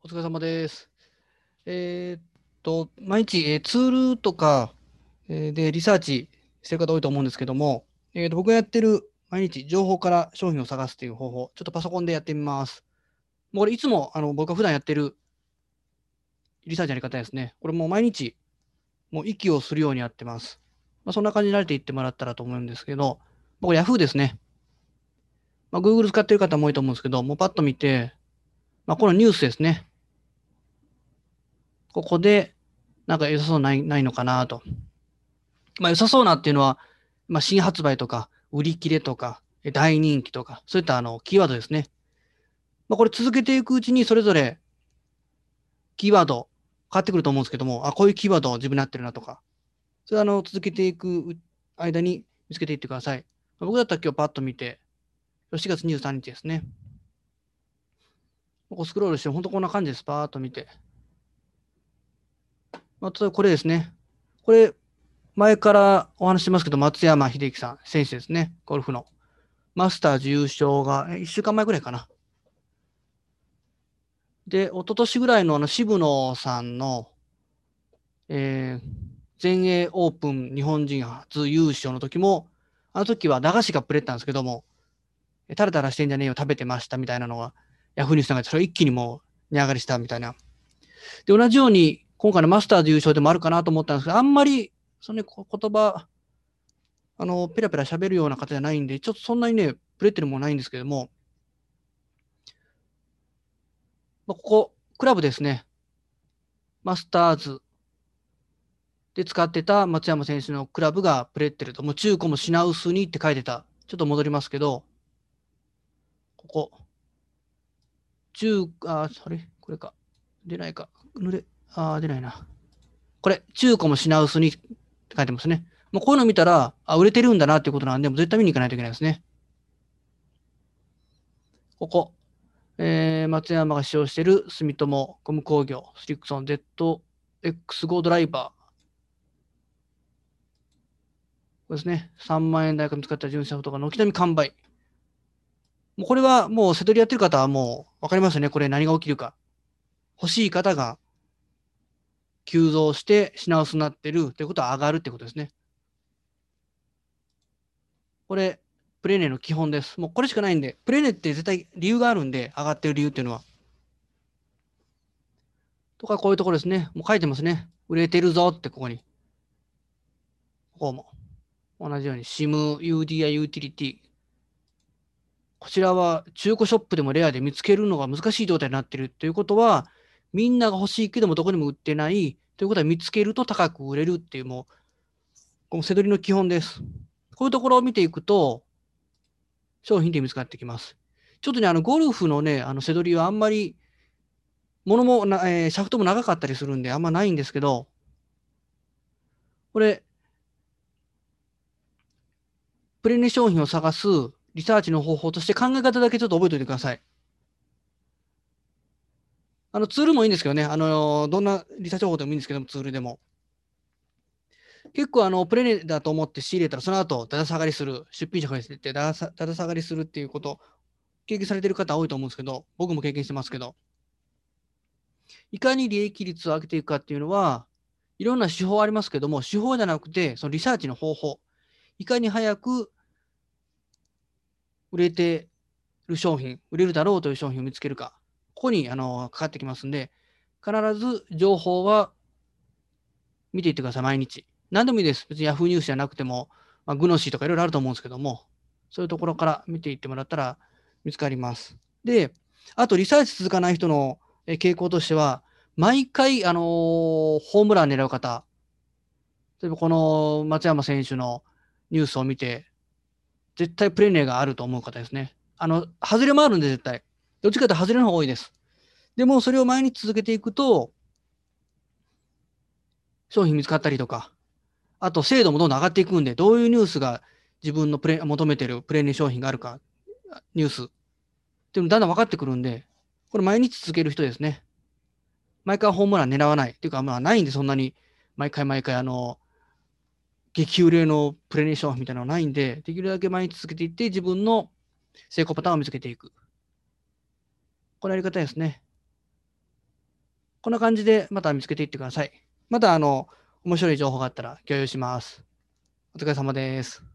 お疲れ様です。毎日、ツールとか、でリサーチしてる方多いと思うんですけども、僕がやってる毎日情報から商品を探すっていう方法、ちょっとパソコンでやってみます。もうこれいつも僕が普段やってるリサーチのやり方ですね。これもう毎日、もう息をするようにやってます。そんな感じに慣れていってもらったらと思うんですけど、僕 Yahoo ですね。Google 使ってる方も多いと思うんですけど、もうパッと見て、このニュースですね。ここで、なんか良さそうないのかなと。良さそうなっていうのは、新発売とか、売り切れとか、大人気とか、そういったキーワードですね。これ続けていくうちに、それぞれキーワード変わってくると思うんですけども、こういうキーワード自分になってるなとか、それは続けていく間に見つけていってください。僕だったら今日パッと見て、4月23日ですね。ここスクロールして、本当こんな感じです。パーッと見て。例えばこれですね。これ、前からお話ししてますけど、松山英樹さん、選手ですね。ゴルフの。マスターズ優勝が、1週間前ぐらいかな。で、一昨年ぐらいの渋野さんの、えー全英オープン日本人初優勝の時も、あの時は駄菓子がプレったんですけども、タラタラしてんじゃねえよ、食べてましたみたいなのが、ヤフーニュースなんかでそれ一気にもう値上がりしたみたいな。で、同じように、今回のマスターズ優勝でもあるかなと思ったんですけど、あんまり、そのね、言葉、ペラペラ喋るような方じゃないんで、ちょっとそんなにね、プレってるもないんですけども、ここ、クラブですね。マスターズで使ってた松山選手のクラブがプレッテルと、もう中古も品薄にって書いてた。ちょっと戻りますけど、ここ、それ、これか。出ないか。出ないな。これ、中古も品薄にって書いてますね。もうこういうの見たら、売れてるんだなっていうことなんで、もう絶対見に行かないといけないですね。ここ、松山が使用している住友ゴム工業スリクソン ZX5 ドライバー。これですね。3万円台から見つかった純正フォトが軒並み完売。もうこれはもう、瀬戸りやってる方はもう分かりますよね。これ何が起きるか。欲しい方が急増して品薄になってるということは上がるってことですね。これ、プレネの基本です。もうこれしかないんで、プレネって絶対理由があるんで、上がってる理由っていうのは。とか、こういうところですね。もう書いてますね。売れてるぞってここに。ここも。同じように SIM、UDI、ユーティリティ。こちらは中古ショップでもレアで見つけるのが難しい状態になっているということは、みんなが欲しいけどもどこにも売ってないということは見つけると高く売れるっていう、もう、このせどりの基本です。こういうところを見ていくと、商品で見つかってきます。ちょっとね、ゴルフのね、せどりはあんまり、物もな、シャフトも長かったりするんで、あんまないんですけど、これ、プレネ商品を探すリサーチの方法として考え方だけちょっと覚えておいてください。ツールもいいんですけどね、どんなリサーチ方法でもいいんですけども、ツールでも。結構プレネだと思って仕入れたら、その後、だだ下がりする、出品者が言ってだだ下がりするっていうこと、経験されてる方多いと思うんですけど、僕も経験してますけど、いかに利益率を上げていくかっていうのは、いろんな手法ありますけども、手法じゃなくて、そのリサーチの方法、いかに早く売れてる商品、売れるだろうという商品を見つけるか、ここにかかってきますんで、必ず情報は見ていってください、毎日。何でもいいです。別に Yahoo ニュースじゃなくても、グノシーとかいろいろあると思うんですけども、そういうところから見ていってもらったら見つかります。で、あとリサーチ続かない人の傾向としては、毎回、ホームラン狙う方、例えばこの松山選手のニュースを見て、絶対プレーネがあると思う方ですね。外れもあるんで絶対。どっちかというと外れの方が多いです。でもそれを毎日続けていくと、商品見つかったりとか、あと精度もどんどん上がっていくんで、どういうニュースが自分の求めてるプレーネ商品があるか、ニュースっていうのだんだん分かってくるんで、これ毎日続ける人ですね。毎回ホームラン狙わない。っていうか、ないんで、そんなに毎回毎回激売れのプレネ商品みたいなのはないんで、できるだけ毎日続けていって、自分の成功パターンを見つけていく。このやり方ですね。 こんな感じでまた見つけていってください。また、面白い情報があったら共有します。お疲れ様です。